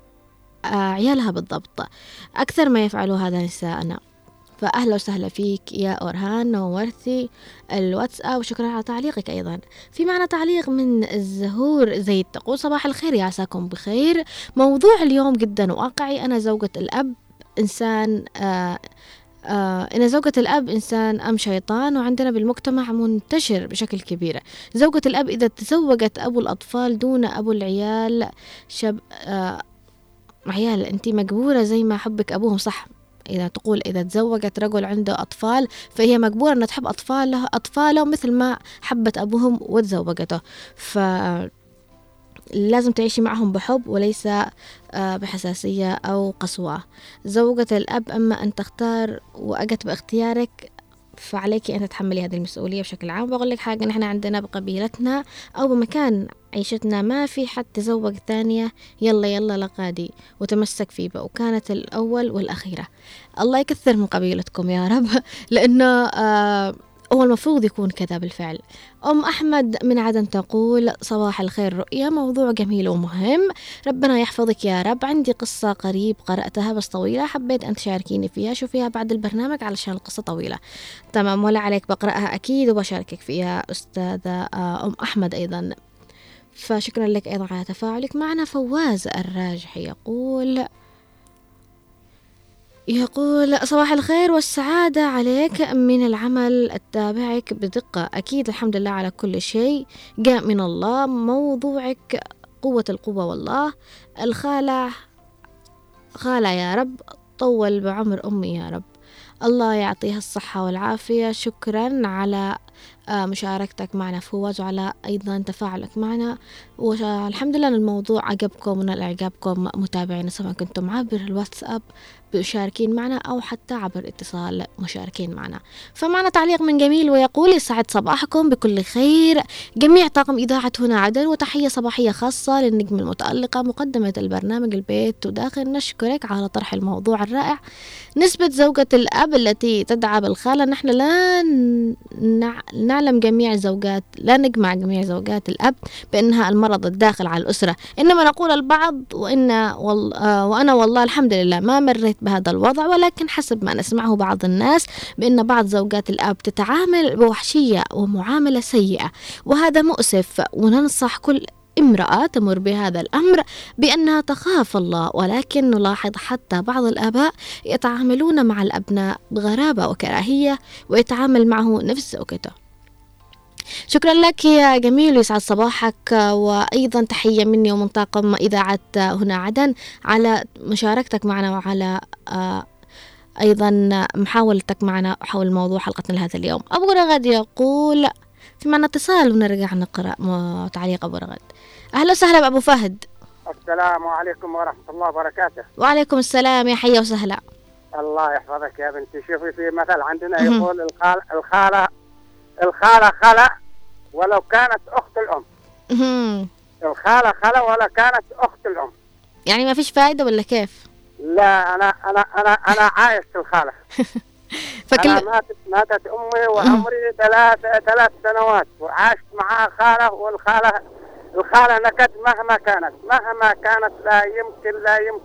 عيالها بالضبط، أكثر ما يفعل هذا نساءنا. فأهلا وسهلا فيك يا أورهان، نورتي الواتساب وشكرا على تعليقك. أيضا في معنا تعليق من الزهور زيد، تقول صباح الخير يا عساكم بخير، موضوع اليوم جدا واقعي. أنا زوجة الأب إنسان إن زوجة الأب إنسان أم شيطان، وعندنا بالمجتمع منتشر بشكل كبير. زوجة الأب إذا تزوجت أبو الأطفال دون أبو العيال عيال أنت مجبورة زي ما حبك أبوهم، صح؟ إذا تقول إذا تزوجت رجل عنده أطفال فهي مجبورة أن تحب أطفاله مثل ما حبت أبوهم وتزوجته، فلازم تعيشي معهم بحب وليس بحساسية أو قسوة. زوجة الأب أما أن تختار وأجت باختيارك فعليك أن تتحملي هذه المسؤولية بشكل عام. بقول لك حاجة، نحن عندنا بقبيلتنا أو بمكان عيشتنا ما في حد تزوج ثانية يلا لقادي وتمسك فيه بقى، وكانت الأول والأخيرة. الله يكثر من قبيلتكم يا رب، لأنه هو المفروض يكون كذا بالفعل. أم أحمد من عدن تقول صباح الخير رؤيا، موضوع جميل ومهم، ربنا يحفظك يا رب. عندي قصة قريب قرأتها بس طويلة، حبيت أن تشاركيني فيها، شوفيها بعد البرنامج علشان القصة طويلة. تمام، ولا عليك، بقرأها أكيد وبشاركك فيها أستاذة أم أحمد أيضا. فشكرا لك أيضا على تفاعلك معنا. فواز الراجحي يقول صباح الخير والسعادة عليك، من العمل التابعك بدقة، أكيد الحمد لله على كل شيء جاء من الله، موضوعك قوة القوة والله. الخالة يا رب، طول بعمر أمي يا رب، الله يعطيها الصحة والعافية. شكرا على مشاركتك معنا فواز، وعلى أيضا تفاعلك معنا، والحمد لله أن الموضوع عجبكم ونال إعجابكم متابعين، سواء كنتم عبر الواتساب مشاركين معنا أو حتى عبر اتصال مشاركين معنا. فمعنا تعليق من جميل ويقول يسعد صباحكم بكل خير جميع طاقم إذاعة هنا عدن، وتحية صباحية خاصة للنجم المتألقة مقدمة البرنامج البيت وداخل. نشكرك على طرح الموضوع الرائع. نسبة زوجة الأب التي تدعى بالخالة، نحن لا نعلم جميع زوجات، لا نجمع جميع زوجات الأب بأنها المرض الداخل على الأسرة، إنما نقول البعض، وأنا والله الحمد لله ما مريت بهذا الوضع، ولكن حسب ما نسمعه بعض الناس بأن بعض زوجات الأب تتعامل بوحشية ومعاملة سيئة، وهذا مؤسف. وننصح كل امرأة تمر بهذا الأمر بأنها تخاف الله، ولكن نلاحظ حتى بعض الآباء يتعاملون مع الأبناء بغرابة وكراهية ويتعامل معه نفس زوجته. شكرا لك يا جميل، يسعد صباحك، وأيضا تحية مني ومن طاقم إذاعة هنا عدن على مشاركتك معنا وعلى أيضا محاولتك معنا حول موضوع حلقتنا لهذا اليوم. أبو رغد يقول في معنا اتصال ونرجع نقرأ تعليق أبو رغد. أهلا وسهلا بأبو فهد. السلام عليكم ورحمة الله وبركاته. وعليكم السلام، يا حيا وسهلا. الله يحفظك يا بنتي. شوفي في مثل عندنا يقول الخالة خالة ولو كانت أخت الأم. الخالة خالة ولا كانت أخت الأم. يعني ما فيش فائدة ولا كيف؟ لا، أنا عايش الخالة. أنا ماتت أمي وعمري 3 سنوات وعاشت معها خالة، الخالة نكد مهما كانت لا يمكن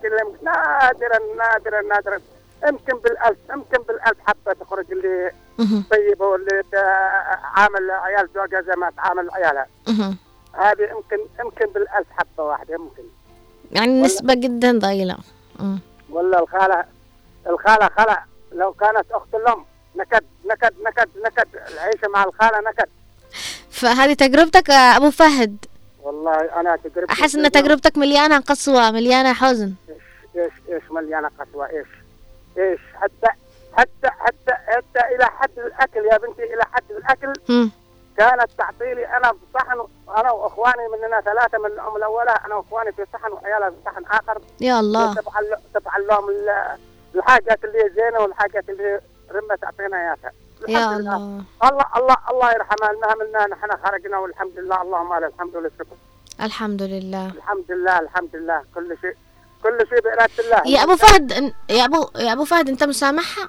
نادرا يمكن بالألف حتى تخرج اللي طيبة واللي عامل عيال زوجها زي ما تعامل عيالها. هذه يمكن بالألف حبة واحدة يمكن، يعني نسبة جدا ضئيلة. ولا الخالة خالة لو كانت أخت الأم نكد العيشة مع الخالة نكد. فهذه تجربتك يا أبو فهد؟ والله أنا تجربتي، أحس أن تجربتك مليانة قسوة، مليانة حزن. إيش مليانة قسوة؟ إيش حتى إلى حد الأكل يا بنتي، إلى حد الأكل. كانت تعطيلي أنا بصحن، أنا وأخواني مننا 3 من الأم الأولى، أنا وأخواني في صحن وعيالها في صحن آخر. يا الله. تفعل لهم الحاجات اللي زينة والحاجات اللي رمى تعطينا إياها. يا الله. الله يرحمها، المهملنا نحن خرجنا والحمد لله، اللهم لك الحمد والشكر. الحمد لله. الحمد لله، كل شيء بإرادة الله. يا أبو فهد، يا أبو فهد، أنت مسامحها؟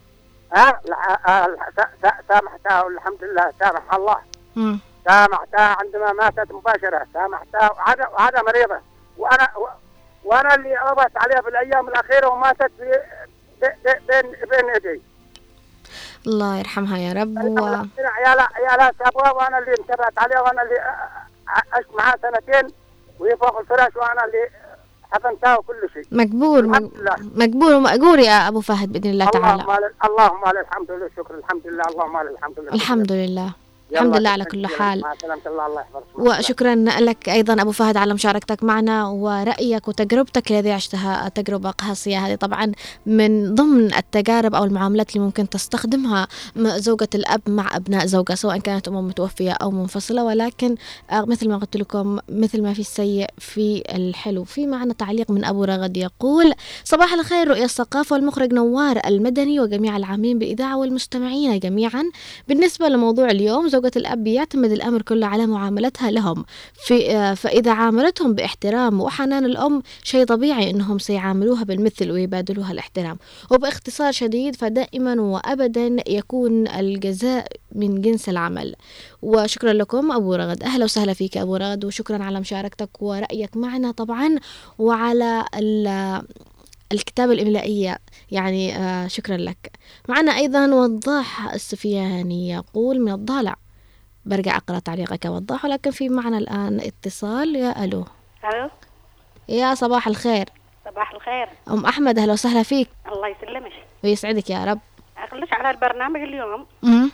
سامحتها والحمد لله، سامح الله. سامحتها عندما ماتت مباشرة، سامحتها وهذا مريضة، وأنا اللي عرضت عليها في الأيام الأخيرة وماتت بين يدي. الله يرحمها يا رب. عيالها سابوها، وأنا اللي انتبهت عليها، وأنا اللي عشت معها 2 وهي فوق الفراش، وأنا اللي حفنتها وكل شيء. مقبول ومأجور يا أبو فهد بإذن الله تعالى. اللهم لك الحمد والشكر. الحمد لله، اللهم لك الحمد والشكر. الحمد لله. الحمد لله على كل حال. مع سلامة الله. الله يحفظك. وشكرا لك أيضا أبو فهد على مشاركتك معنا ورأيك وتجربتك الذي عشتها، تجربة قاسية. هذه طبعا من ضمن التجارب أو المعاملات اللي ممكن تستخدمها زوجة الأب مع أبناء زوجة، سواء كانت أم متوفية أو منفصلة. ولكن مثل ما قلت لكم، مثل ما في السيء في الحلو. في معنا تعليق من أبو رغد يقول: صباح الخير رؤيا الثقافة والمخرج نوار المدني وجميع العاملين بالإذاعة والمستمعين جميعا. بالنسبة لموضوع اليوم، زوجة الأب يعتمد الأمر كله على معاملتها لهم، فإذا عاملتهم باحترام وحنان الأم، شيء طبيعي أنهم سيعاملوها بالمثل ويبادلوها الاحترام. وباختصار شديد، فدائما وأبدا يكون الجزاء من جنس العمل. وشكرا لكم أبو رغد. أهلا وسهلا فيك أبو رغد، وشكرا على مشاركتك ورأيك معنا طبعا، وعلى الكتابة الإملائية يعني. شكرا لك. معنا أيضا وضاح السفياني يقول من الضالع. برجع أقرأ تعليقك وضاح، ولكن في معنا الآن اتصال. يا ألو. ألو. يا صباح الخير. صباح الخير. أم أحمد، أهلا وسهلا فيك. الله يسلمك ويسعدك يا رب. أخلص على البرنامج اليوم.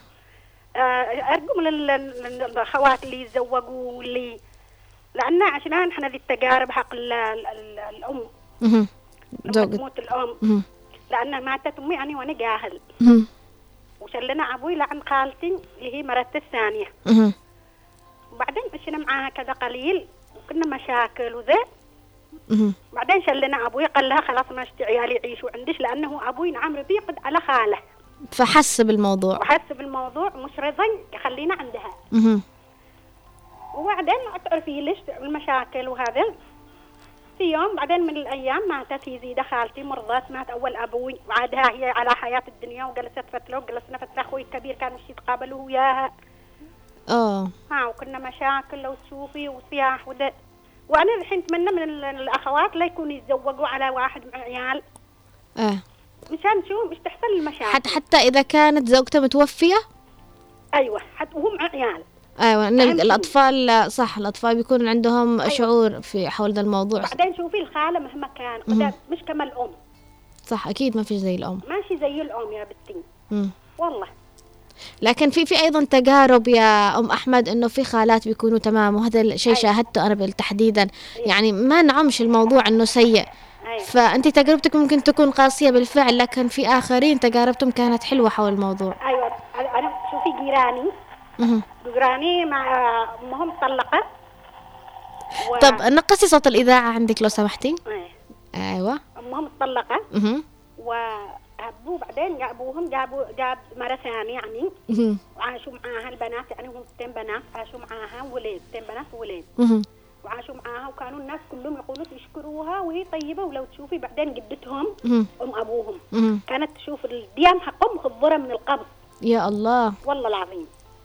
أرجو من الأخوات اللي يتزوجوا واللي لأن عشان احنا ذي التجارب حق الأم. لما تموت الأم، لأن ماتت أمي أنا وأنا جاهل. وشلنا أبوي لعن خالتي اللي هي مرتي الثانية. وبعدين مشينا معاها كذا قليل وكنا مشاكل وذا. بعدين شلنا أبوي قال لها خلاص ما اشتي عيالي يعيشوا عندش، لأنه أبوي نعم رفيق على خاله. فحس بالموضوع. وحس بالموضوع مش رضي يخلينا عندها. وبعدين تعرفي ليش المشاكل وهذا. في يوم بعدين من الأيام ماتت هي زيدة خالتي مرضت، مات أول أبوي وعادها هي على حياة الدنيا، وجلست فترة وجلسنا فترة أخوي الكبير كانوا يتقابلوا وياها. وكنا مشاكل لو تشوفي وصياح وده. وأنا الحين أتمنى من الأخوات لا يكونوا يتزوجوا على واحد مع عيال. مشان شو مش تحصل المشاكل. حتى إذا كانت زوجته متوفية. أيوة، حتى وهم عيال. أيوة، الأطفال صح، الأطفال بيكون عندهم شعور في حول ذا الموضوع. بعدين شوفي الخالة مهما كان مش كما الأم. صح، أكيد ما في زي الأم. ماشي زي الأم يا بنتي. والله. لكن في أيضا تجارب يا أم أحمد إنه في خالات بيكونوا تمام، وهذا الشيء شاهدته أنا بالتحديدا. يعني ما نعمش الموضوع إنه سيء. فأنت تجربتك ممكن تكون قاسية بالفعل، لكن في آخرين تجاربتهم كانت حلوة حول الموضوع. أيوة، أنا شوفي جيراني مع أمهم مطلقة. طب نقصي صوت الإذاعة عندك لو سمحتي. أيوة. أمهم مطلقة. وهبوا بعدين جاب مرة ثانية يعني. وعاشوا معاها البنات، يعني هم 2 بنات عاشوا معاها ولد، 2 بنات وولد. وعاشوا معاها وكانوا الناس كلهم يقولوا يشكروها وهي طيبة. ولو تشوفي بعدين جدتهم أم أبوهم كانت تشوف الديام حقهم مخضرة من القبض. يا الله، والله العظيم.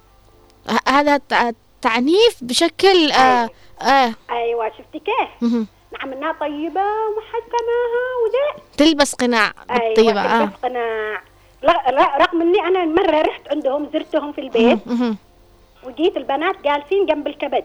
هذا تعنيف بشكل. أيوة، شفتي كيف؟ نعم انها طيبة ومحكماها وذا. تلبس قناع بالطيبة. أيوة، تلبس قناع. لا رغم اني انا مرة رحت عندهم زرتهم في البيت. وجيت البنات جالسين جنب الكبد.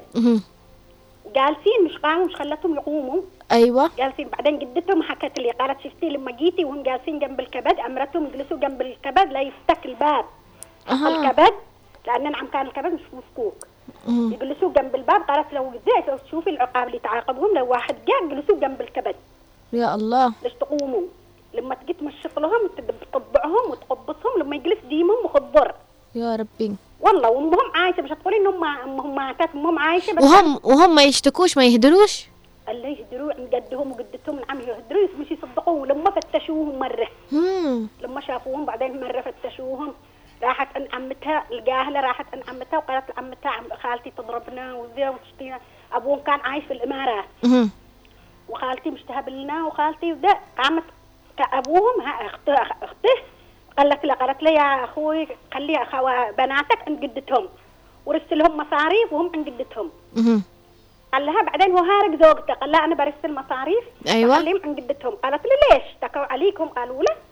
جالسين مش قاموا، مش خلتهم يقوموا. ايوه، جالسين. بعدين جدتهم حكت لي قالت شفتي لما جيتي وهم جالسين جنب الكبد امرتهم يجلسوا جنب الكبد لا يفتك الباب. الكبد لان نعم كان الكبد مش مفكوك. يجلسوا جنب الباب. قالت لو زي تشوفي العقاب اللي تعاقبهم لو واحد جاء جلسوا جنب الكبد. يا الله، ليش تقوموا؟ لما تجي تمشط لهم وتطبعهم وتقبصهم لما يجلس ديمهم مخضر. يا ربي. والله وامهم عايشه، مش هتقولي انهم امهم ماتت، امهم عايشه بس. وهم ما يشتكوش، ما يهدروش. الله يهدروا عند جدهم وجدتهم. نعم يهدروا مش يصدقوه. لما فتشوهم مره. لما شافوهم بعدين مره فتشوهم. راحت ان عمتها الجاهله، راحت ان عمتها وقالت لعمتها خالتي تضربنا وذا وتشتينا. ابوهم كان عايش في الامارات. وخالتي مشتهى لنا وخالتي وذا. قامت كابوهم اخته قالت لي يا اخوي خلي بناتك عند جدتهم، ورست لهم مصاريف وهم عند جدتهم. قال لها بعدين هو هارق زوجته، قال لها انا برسل مصاريف. ايوه، خليهم عند جدتهم. قالت لي ليش اشتكوا عليكم؟ قالوا له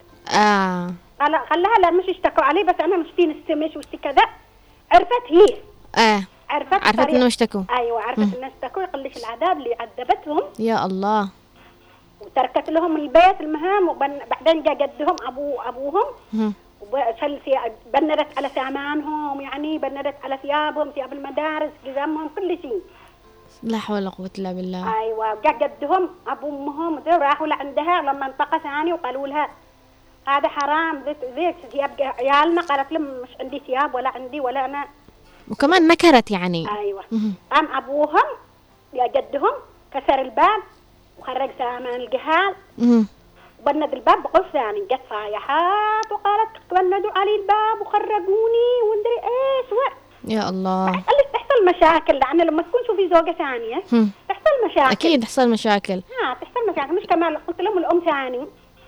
قال لها لا مش اشتكوا علي، بس انا مشتين السمش وشتي كذا. عرفت هي. عرفت انه اشتكوا. ايوه، عرفت انه اشتكوا. يقلش العذاب اللي عذبتهم. يا الله. وتركت لهم البيت المهام. وبعدين جا جدهم ابوهم بندت على سامانهم، يعني بندت على ثيابهم، ثياب المدارس، جزامهم، كل شيء. لا حول ولا قوة إلا بالله. أيوة. جدهم أبو أمهم راحوا لعندها لما انطقى ثاني وقالوا لها هذا حرام، زيت ثياب عيالنا. قالت لهم مش عندي ثياب ولا عندي ولا أنا. وكمان نكرت يعني. أيوة. قام أبوهم يا جدهم كسر الباب وخرج سامان الجهاز وبند الباب بقف ثاني. جت صايحات وقالت بندوا علي الباب وخرجوني وندري ايش يا الله. تحصل مشاكل، لأن لما تكون شوفي زوجة ثانية تحصل مشاكل. أكيد تحصل مشاكل. تحصل مشاكل. مش كمان قلت لهم الأم ثاني.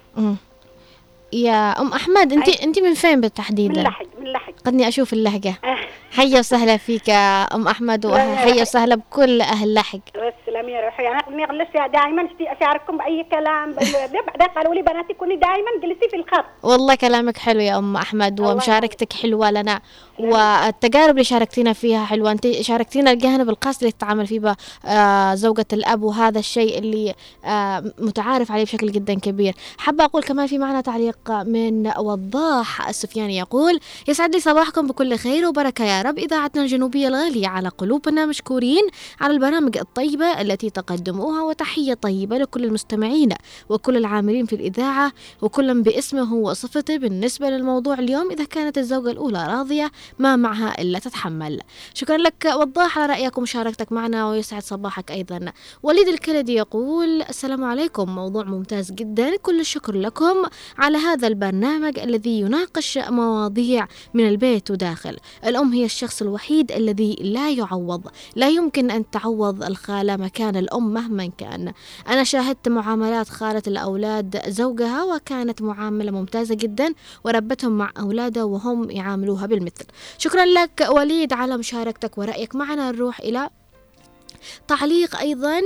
يا أم أحمد أنت من فين بالتحديد؟ من لحج. قدني أشوف اللهجة. حيا وسهلا فيك يا أم أحمد، وحيا وسهلا بكل أهل لحج. تسلمي يا روحي. أنا غلست دائما أشارككم بأي كلام. بعدين قالوا لي بناتي كوني دائما جلسي في الخط. والله كلامك حلو يا أم أحمد، ومشاركتك حلوة لنا، والتجارب اللي شاركتينا فيها حلوة. أنت شاركتينا الجانب القاسي اللي تتعامل فيه زوجة الأب، وهذا الشيء اللي متعارف عليه بشكل جدا كبير. حابة أقول كمان في معنا تعليق من وضاح السفياني يقول: يسعد لي صباحكم بكل خير وبركة يا رب. إذاعتنا الجنوبية الغالية على قلوبنا، مشكورين على البرامج الطيبة التي تقدموها، وتحية طيبة لكل المستمعين وكل العاملين في الإذاعة وكل باسمه وصفته. بالنسبة للموضوع اليوم، إذا كانت الزوجة الأولى راضية ما معها إلا تتحمل. شكرا لك وضاح على رأيك ومشاركتك معنا، ويسعد صباحك أيضا. وليد الكندي يقول: السلام عليكم، موضوع ممتاز جدا، كل الشكر لكم على هذا البرنامج الذي يناقش مواضيع من البيت وداخل. الأم هي الشخص الوحيد الذي لا يعوض، لا يمكن أن تعوض الخالة مكان الأم مهما كان. أنا شاهدت معاملات خالة الأولاد زوجها، وكانت معاملة ممتازة جدا، وربتهم مع أولادها وهم يعاملوها بالمثل. شكرا لك وليد على مشاركتك ورأيك معنا. نروح إلى تعليق أيضا.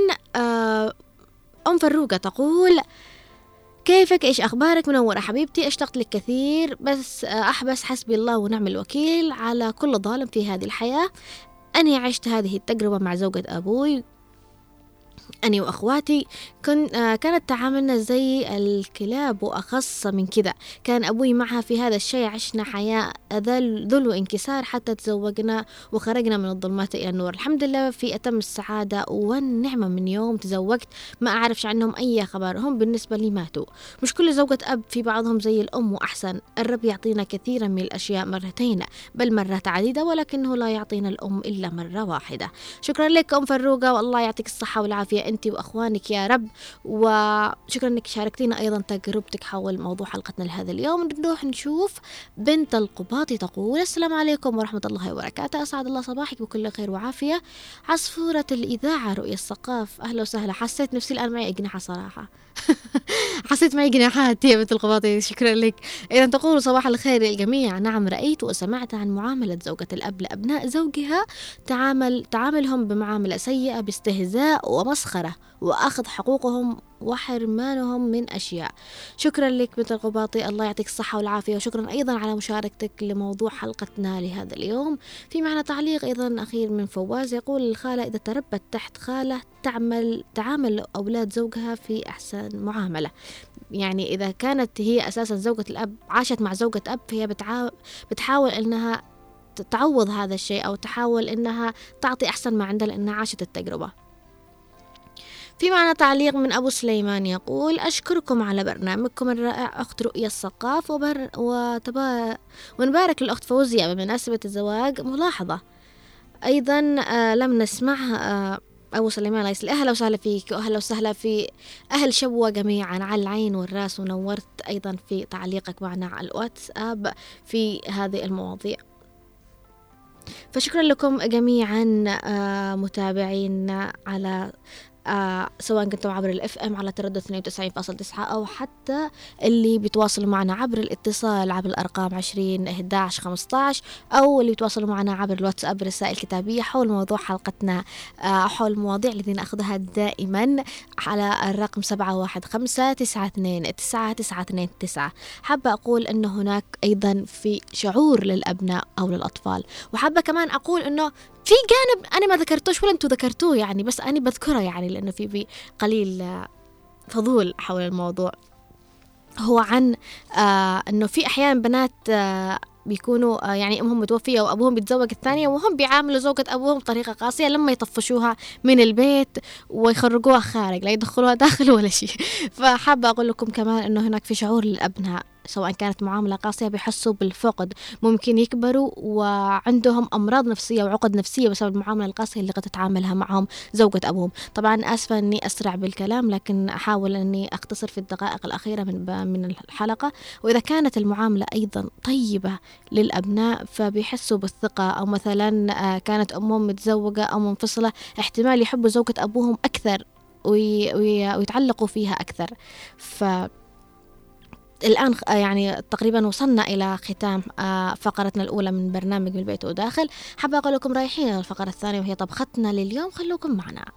أم فروقة تقول: كيفك؟ إيش أخبارك؟ منورة حبيبتي، اشتقت لك كثير، بس أحبس حسبي الله ونعم الوكيل على كل ظالم في هذه الحياة. أنا عشت هذه التجربة مع زوجة أبوي، أنا وأخواتي كانت تعاملنا زي الكلاب وأخص من كذا. كان أبوي معها في هذا الشيء، عشنا حياة ذل وانكسار حتى تزوجنا وخرجنا من الظلمات إلى النور. الحمد لله في أتم السعادة والنعمة. من يوم تزوجت ما أعرفش عنهم أي خبر، هم بالنسبة لي ماتوا. مش كل زوجة أب، في بعضهم زي الأم وأحسن. الرب يعطينا كثيرا من الأشياء مرتين بل مرات عديدة، ولكنه لا يعطينا الأم إلا مرة واحدة. شكرا لك أم فروقة، والله يعطيك الصحة والعافية أنت وأخوانك يا رب، وشكرا أنك شاركتينا أيضا تجربتك حول موضوع حلقتنا لهذا اليوم. نروح نشوف بنت القباطي تقول: السلام عليكم ورحمة الله وبركاته، أسعد الله صباحك بكل خير وعافية. عصفورة الإذاعة رؤية الثقاف، أهلا وسهلا. حسيت نفسي الآن معي أجنحة صراحة. حسيت معي جناحات يا بنت القباطي، شكرا لك. إذا تقول: صباح الخير للجميع. نعم، رأيت وسمعت عن معاملة زوجة الأب لأبناء زوجها، تعاملهم بمعاملة سيئة، باستهزاء ومسخرة، وأخذ حقوقهم وحرمانهم من أشياء. شكرا لك بنت القباطي، الله يعطيك الصحة والعافية، وشكرا أيضا على مشاركتك لموضوع حلقتنا لهذا اليوم. في معنا تعليق أيضا أخير من فواز يقول: الخالة إذا تربت تحت خالة تعامل أولاد زوجها في أحسن معاملة. يعني إذا كانت هي أساسا زوجة الأب عاشت مع زوجة أب، فهي بتحاول أنها تعوض هذا الشيء، أو تحاول أنها تعطي أحسن ما عندها لأنها عاشت التجربة. في معنا تعليق من أبو سليمان يقول: أشكركم على برنامجكم الرائع أخت رؤية الثقاف، ونبارك للأخت فوزية بمناسبة الزواج. ملاحظة أيضا لم نسمعها أبو سليمان يسلم، أهلا وسهلا فيك، وأهلا وسهلا في أهل شبوة جميعا على العين والراس، ونورت أيضا في تعليقك معنا على الواتساب في هذه المواضيع. فشكرا لكم جميعا متابعين على سواء كنتم عبر الاف ام على تردد 92.9 او حتى اللي بيتواصلوا معنا عبر الاتصال عبر الارقام 20 11 15 او اللي بيتواصلوا معنا عبر الواتساب رسائل كتابيه حول موضوع حلقتنا، حول المواضيع التي ناخذها دائما على الرقم 715-929-9929. حابه اقول انه هناك ايضا في شعور للابناء او للاطفال، وحابه كمان اقول انه في جانب أنا ما ذكرتوش ولا أنتوا ذكرتوه، يعني بس أنا بذكره يعني لأنه في قليل فضول حول الموضوع. هو عن أنه في أحيانا بنات بيكونوا يعني أمهم متوفية وأبوهم بيتزوج الثانية، وهم بيعاملوا زوجة أبوهم بطريقة قاسية لما يطفشوها من البيت ويخرجوها خارج، لا يدخلوها داخل ولا شيء. فحابة أقول لكم كمان أنه هناك في شعور للأبناء سواء كانت معاملة قاسية، بيحسوا بالفقد، ممكن يكبروا وعندهم أمراض نفسية وعقد نفسية بسبب المعاملة القاسية اللي قد تتعاملها معهم زوجة أبوهم. طبعا أسفة أني أسرع بالكلام، لكن أحاول أني أختصر في الدقائق الأخيرة من الحلقة. وإذا كانت المعاملة أيضا طيبة للأبناء فبيحسوا بالثقة، أو مثلا كانت أمهم متزوجة أو منفصلة، احتمال يحبوا زوجة أبوهم أكثر ويتعلقوا فيها أكثر. الآن يعني تقريبا وصلنا إلى ختام فقرتنا الأولى من برنامج من البيت وداخل. حابة أقول لكم رايحين إلى الفقرة الثانية وهي طبختنا لليوم، خلوكم معنا.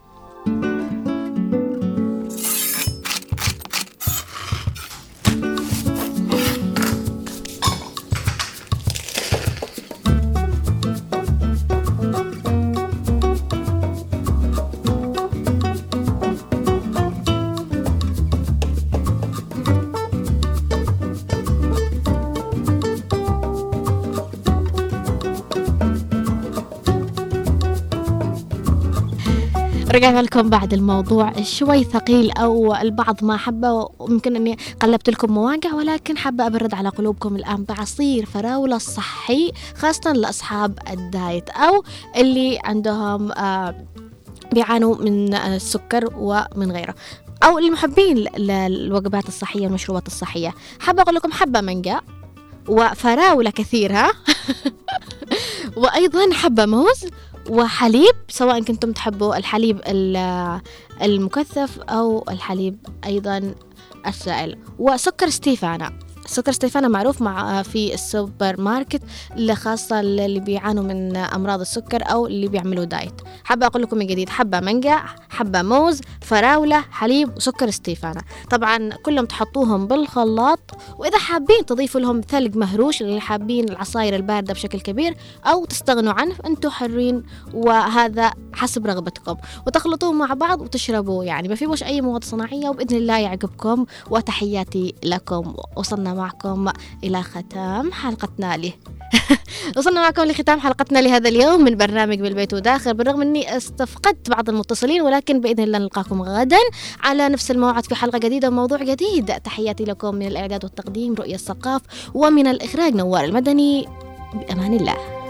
رجعنا لكم بعد الموضوع شوي ثقيل أو البعض ما حبه، وممكن أني قلبت لكم مواقع، ولكن حابة أبرد على قلوبكم الآن بعصير فراولة الصحي، خاصة لأصحاب الدايت أو اللي عندهم بيعانوا من السكر ومن غيره، أو المحبين للوجبات الصحية والمشروبات الصحية. حابة أقول لكم حبة مانجا وفراولة كثيرة وأيضا حبة موز وحليب، سواء كنتم تحبوا الحليب المكثف أو الحليب أيضا السائل، وسكر ستيفانا. سكر ستيفانا معروف في السوبر ماركت خاصة اللي بيعانوا من أمراض السكر أو اللي بيعملوا دايت. حابة أقول لكم من جديد حبة مانجا، حبة موز، فراولة، حليب وسكر ستيفانا. طبعا كلهم تحطوهم بالخلاط، وإذا حابين تضيفوا لهم ثلج مهروش اللي حابين العصاير الباردة بشكل كبير، أو تستغنوا عنه، أنتوا حرين وهذا حسب رغبتكم، وتخلطوهم مع بعض وتشربوا. يعني ما فيهوش أي مواد صناعية، وبإذن الله يعجبكم. وتحياتي لكم. وصلنا معكم إلى ختام حلقتنا وصلنا معكم لختام حلقتنا لهذا اليوم من برنامج بالبيت وداخل. بالرغم أني استفقدت بعض المتصلين، ولكن بإذن الله نلقاكم غدا على نفس الموعد في حلقة جديدة وموضوع جديد. تحياتي لكم من الإعداد والتقديم رؤية الثقاف، ومن الإخراج نوار المدني. بأمان الله.